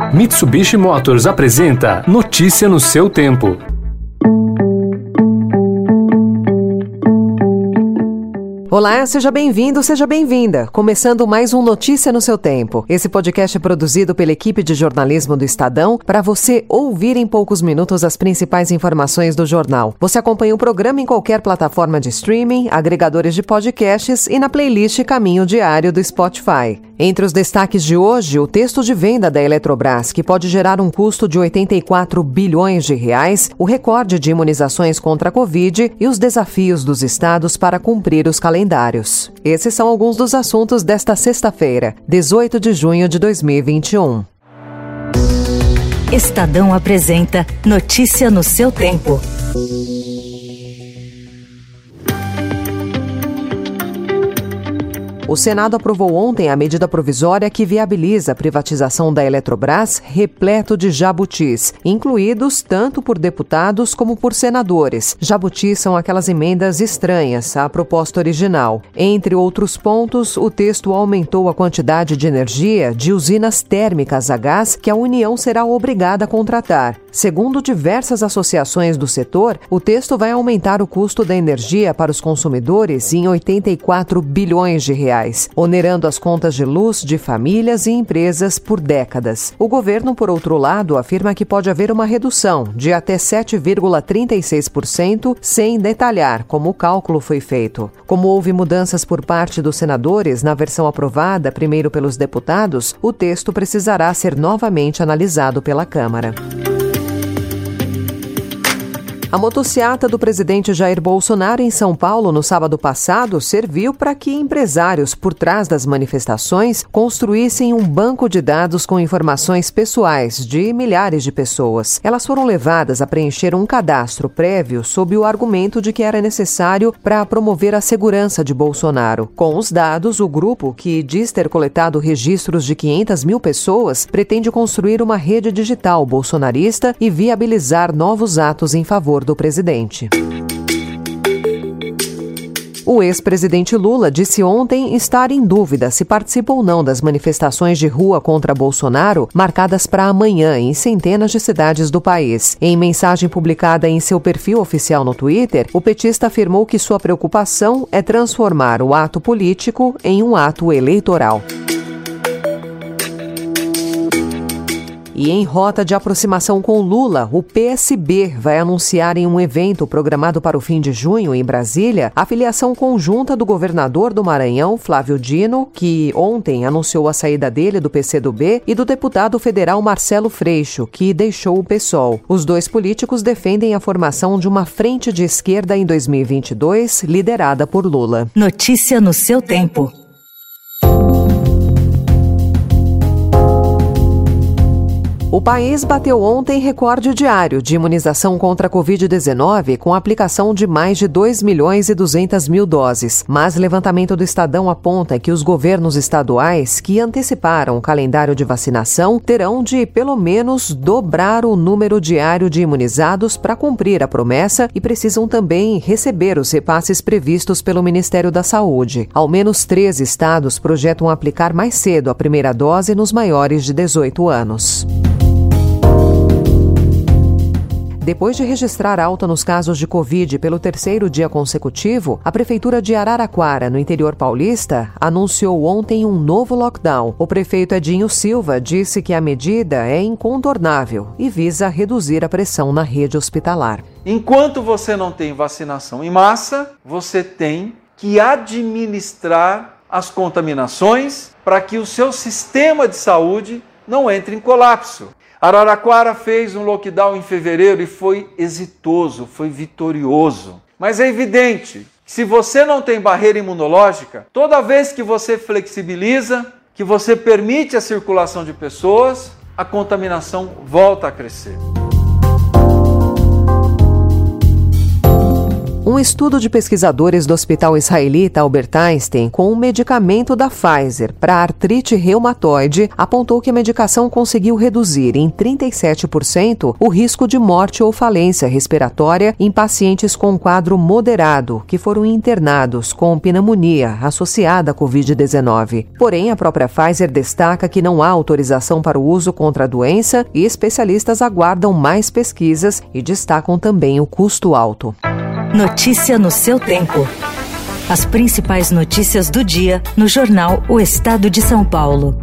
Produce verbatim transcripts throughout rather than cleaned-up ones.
Mitsubishi Motors apresenta Notícia no seu tempo. Olá, seja bem-vindo, seja bem-vinda. Começando mais um Notícia no seu tempo. Esse podcast é produzido pela equipe de jornalismo do Estadão para você ouvir em poucos minutos as principais informações do jornal. Você acompanha o programa em qualquer plataforma de streaming, agregadores de podcasts e na playlist Caminho Diário do Spotify. Entre os destaques de hoje, o texto de venda da Eletrobras, que pode gerar um custo de oitenta e quatro bilhões de reais, o recorde de imunizações contra a Covid e os desafios dos estados para cumprir os calendários. Esses são alguns dos assuntos desta sexta-feira, dezoito de junho de dois mil e vinte e um. Estadão apresenta Notícia no seu tempo. O Senado aprovou ontem a medida provisória que viabiliza a privatização da Eletrobras, repleto de jabutis, incluídos tanto por deputados como por senadores. Jabutis são aquelas emendas estranhas à proposta original. Entre outros pontos, o texto aumentou a quantidade de energia de usinas térmicas a gás que a União será obrigada a contratar. Segundo diversas associações do setor, o texto vai aumentar o custo da energia para os consumidores em oitenta e quatro bilhões de reais, onerando as contas de luz de famílias e empresas por décadas. O governo, por outro lado, afirma que pode haver uma redução de até sete vírgula trinta e seis por cento, sem detalhar como o cálculo foi feito. Como houve mudanças por parte dos senadores na versão aprovada primeiro pelos deputados, o texto precisará ser novamente analisado pela Câmara. A motociata do presidente Jair Bolsonaro em São Paulo no sábado passado serviu para que empresários por trás das manifestações construíssem um banco de dados com informações pessoais de milhares de pessoas. Elas foram levadas a preencher um cadastro prévio sob o argumento de que era necessário para promover a segurança de Bolsonaro. Com os dados, o grupo, que diz ter coletado registros de quinhentas mil pessoas, pretende construir uma rede digital bolsonarista e viabilizar novos atos em favor do presidente. O ex-presidente Lula disse ontem estar em dúvida se participa ou não das manifestações de rua contra Bolsonaro marcadas para amanhã em centenas de cidades do país. Em mensagem publicada em seu perfil oficial no Twitter, o petista afirmou que sua preocupação é transformar o ato político em um ato eleitoral. E em rota de aproximação com Lula, o P S B vai anunciar em um evento programado para o fim de junho em Brasília a filiação conjunta do governador do Maranhão, Flávio Dino, que ontem anunciou a saída dele do P C do B, e do deputado federal Marcelo Freixo, que deixou o PSOL. Os dois políticos defendem a formação de uma frente de esquerda em dois mil e vinte e dois, liderada por Lula. Notícia no seu tempo. O país bateu ontem recorde diário de imunização contra a covid dezenove com a aplicação de mais de dois milhões e duzentas mil doses. Mas levantamento do Estadão aponta que os governos estaduais que anteciparam o calendário de vacinação terão de, pelo menos, dobrar o número diário de imunizados para cumprir a promessa e precisam também receber os repasses previstos pelo Ministério da Saúde. Ao menos três estados projetam aplicar mais cedo a primeira dose nos maiores de dezoito anos. Depois de registrar alta nos casos de Covid pelo terceiro dia consecutivo, a Prefeitura de Araraquara, no interior paulista, anunciou ontem um novo lockdown. O prefeito Edinho Silva disse que a medida é incontornável e visa reduzir a pressão na rede hospitalar. Enquanto você não tem vacinação em massa, você tem que administrar as contaminações para que o seu sistema de saúde não entre em colapso. Araraquara fez um lockdown em fevereiro e foi exitoso, foi vitorioso. Mas é evidente que se você não tem barreira imunológica, toda vez que você flexibiliza, que você permite a circulação de pessoas, a contaminação volta a crescer. Um Um estudo de pesquisadores do Hospital Israelita Albert Einstein com um medicamento da Pfizer para artrite reumatoide apontou que a medicação conseguiu reduzir em trinta e sete por cento o risco de morte ou falência respiratória em pacientes com quadro moderado que foram internados com pneumonia associada à covid dezenove. Porém, a própria Pfizer destaca que não há autorização para o uso contra a doença e especialistas aguardam mais pesquisas e destacam também o custo alto. Notícia no seu tempo. As principais notícias do dia no jornal O Estado de São Paulo.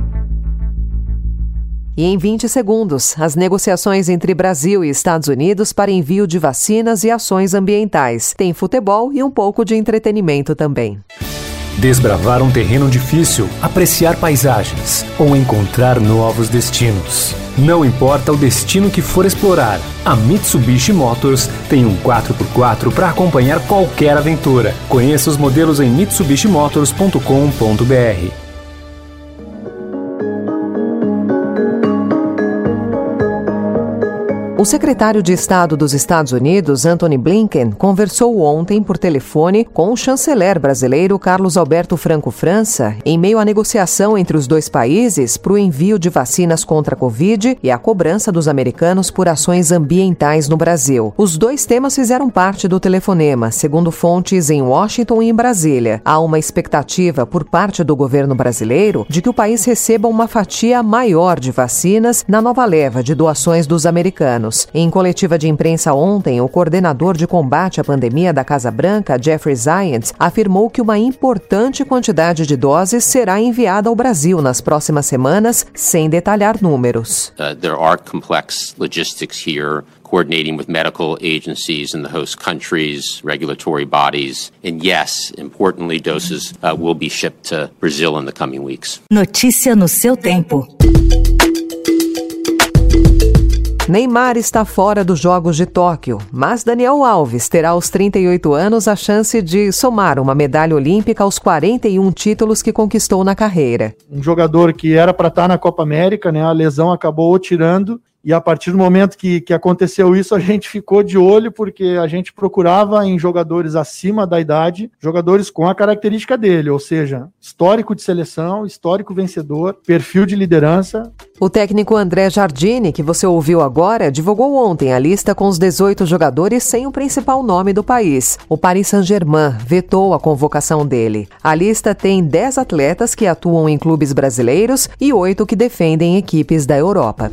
E em vinte segundos, as negociações entre Brasil e Estados Unidos para envio de vacinas e ações ambientais. Tem futebol e um pouco de entretenimento também. Desbravar um terreno difícil, apreciar paisagens ou encontrar novos destinos. Não importa o destino que for explorar, a Mitsubishi Motors tem um quatro por quatro para acompanhar qualquer aventura. Conheça os modelos em mitsubishi motors ponto com ponto b r. O secretário de Estado dos Estados Unidos, Antony Blinken, conversou ontem por telefone com o chanceler brasileiro Carlos Alberto Franco França em meio à negociação entre os dois países para o envio de vacinas contra a Covid e a cobrança dos americanos por ações ambientais no Brasil. Os dois temas fizeram parte do telefonema, segundo fontes em Washington e em Brasília. Há uma expectativa por parte do governo brasileiro de que o país receba uma fatia maior de vacinas na nova leva de doações dos americanos. Em coletiva de imprensa ontem, o coordenador de combate à pandemia da Casa Branca, Jeffrey Zients, afirmou que uma importante quantidade de doses será enviada ao Brasil nas próximas semanas, sem detalhar números. Uh, there are complex logistics here, coordinating with medical agencies in the host countries, regulatory bodies, and yes, importantly, doses uh, will be shipped to Brazil in the coming weeks. Notícia no seu tempo. Neymar está fora dos Jogos de Tóquio, mas Daniel Alves terá aos trinta e oito anos a chance de somar uma medalha olímpica aos quarenta e um títulos que conquistou na carreira. Um jogador que era para estar na Copa América, né, a lesão acabou o tirando. E a partir do momento que, que aconteceu isso, a gente ficou de olho, porque a gente procurava em jogadores acima da idade, jogadores com a característica dele, ou seja, histórico de seleção, histórico vencedor, perfil de liderança. O técnico André Jardine, que você ouviu agora, divulgou ontem a lista com os dezoito jogadores sem o principal nome do país. O Paris Saint-Germain vetou a convocação dele. A lista tem dez atletas que atuam em clubes brasileiros e oito que defendem equipes da Europa.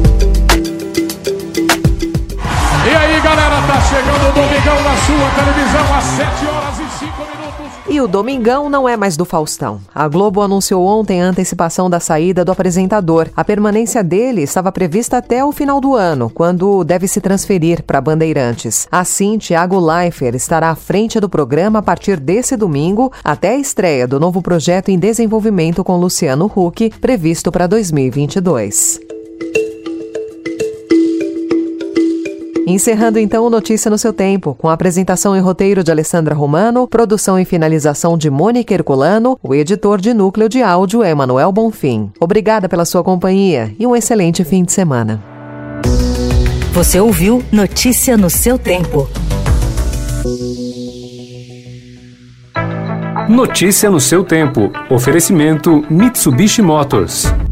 E aí, galera, tá chegando o Domingão na sua televisão às sete horas e cinco minutos. E o Domingão não é mais do Faustão. A Globo anunciou ontem a antecipação da saída do apresentador. A permanência dele estava prevista até o final do ano, quando deve se transferir para Bandeirantes. Assim, Thiago Leifert estará à frente do programa a partir desse domingo, até a estreia do novo projeto em desenvolvimento com Luciano Huck, previsto para dois mil e vinte e dois. Encerrando então o Notícia no seu tempo, com a apresentação e roteiro de Alessandra Romano, produção e finalização de Mônica Herculano, o editor de núcleo de áudio é Manuel Bonfim. Obrigada pela sua companhia e um excelente fim de semana. Você ouviu Notícia no seu tempo. Notícia no seu tempo. Oferecimento Mitsubishi Motors.